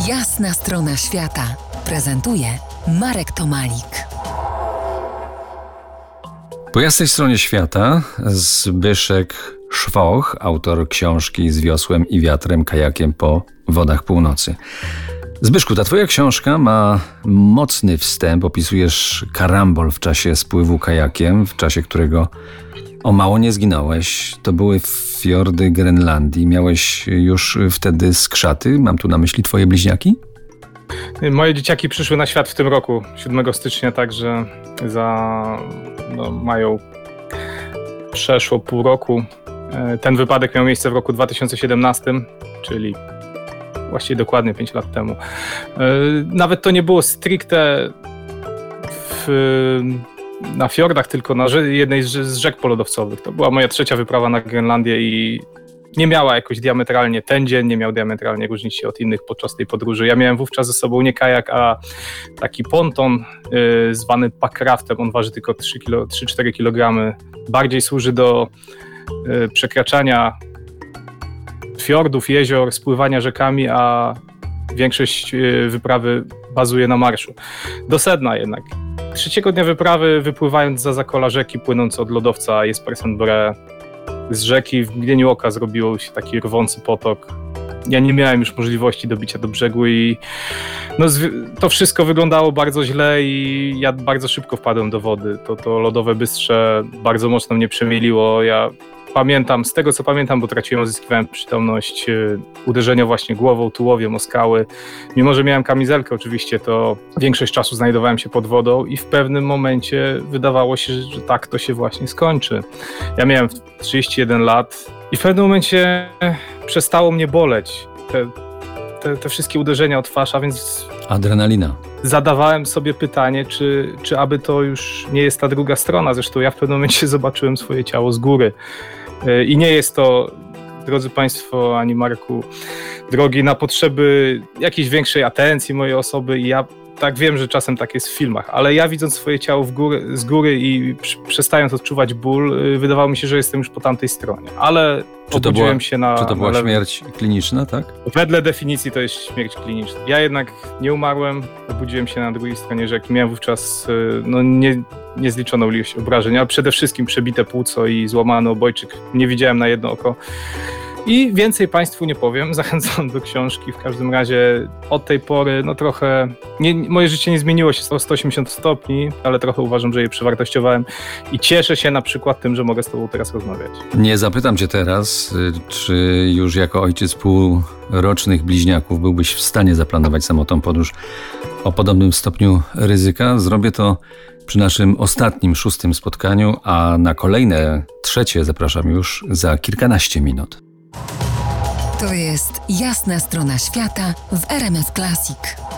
Jasna strona świata prezentuje Marek Tomalik. Po jasnej stronie świata Zbyszek Szwoch, autor książki Z wiosłem i wiatrem, kajakiem po wodach północy. Zbyszku, ta twoja książka ma mocny wstęp. Opisujesz karambol w czasie spływu kajakiem, w czasie którego o mało nie zginąłeś. To były fiordy Grenlandii. Miałeś już wtedy skrzaty? Mam tu na myśli twoje bliźniaki? Moje dzieciaki przyszły na świat w tym roku, 7 stycznia, także mają przeszło pół roku. Ten wypadek miał miejsce w roku 2017, czyli właściwie dokładnie 5 lat temu. Nawet to nie było stricte na fiordach, tylko na jednej z rzek polodowcowych. To była moja 3. wyprawa na Grenlandię i nie miała jakoś diametralnie, ten dzień nie miał diametralnie różnić się od innych podczas tej podróży. Ja miałem wówczas ze sobą nie kajak, a taki ponton zwany packraftem. On waży tylko 3-4 kg. Bardziej służy do przekraczania fiordów, jezior, spływania rzekami, a większość wyprawy bazuje na marszu. Do sedna jednak. 3. dnia wyprawy, wypływając za zakola rzeki płynąc od lodowca Jespersen-Bree, z rzeki w mgnieniu oka zrobił się taki rwący potok. Ja nie miałem już możliwości dobicia do brzegu i to wszystko wyglądało bardzo źle i ja bardzo szybko wpadłem do wody. To lodowe bystrze bardzo mocno mnie przemieliło. Ja pamiętam, z tego co pamiętam, bo uzyskiwałem przytomność, uderzenia właśnie głową, tułowiem o skały. Mimo że miałem kamizelkę oczywiście, to większość czasu znajdowałem się pod wodą i w pewnym momencie wydawało się, że tak to się właśnie skończy. Ja miałem 31 lat i w pewnym momencie przestało mnie boleć te wszystkie uderzenia o twarz, a więc adrenalina. Zadawałem sobie pytanie, czy aby to już nie jest ta druga strona. Zresztą ja w pewnym momencie zobaczyłem swoje ciało z góry. I nie jest to, drodzy Państwo, ani Marku, drogi, na potrzeby jakiejś większej atencji mojej osoby i ja tak wiem, że czasem tak jest w filmach, ale ja widząc swoje ciało z góry i przestając odczuwać ból, wydawało mi się, że jestem już po tamtej stronie, ale obudziłem się na... Czy to była śmierć kliniczna, tak? Wedle definicji to jest śmierć kliniczna. Ja jednak nie umarłem, obudziłem się na drugiej stronie rzeki. Miałem wówczas niezliczoną ilość obrażeń, a przede wszystkim przebite płuco i złamany obojczyk. Nie widziałem na jedno oko. I więcej Państwu nie powiem, zachęcam do książki. W każdym razie od tej pory trochę, moje życie nie zmieniło się o 180 stopni, ale trochę uważam, że je przewartościowałem i cieszę się na przykład tym, że mogę z Tobą teraz rozmawiać. Nie zapytam Cię teraz, czy już jako ojciec półrocznych bliźniaków byłbyś w stanie zaplanować samotną podróż o podobnym stopniu ryzyka. Zrobię to przy naszym ostatnim, 6. spotkaniu, a na kolejne 3 zapraszam już za kilkanaście minut. To jest Jasna strona świata w RMF Classic.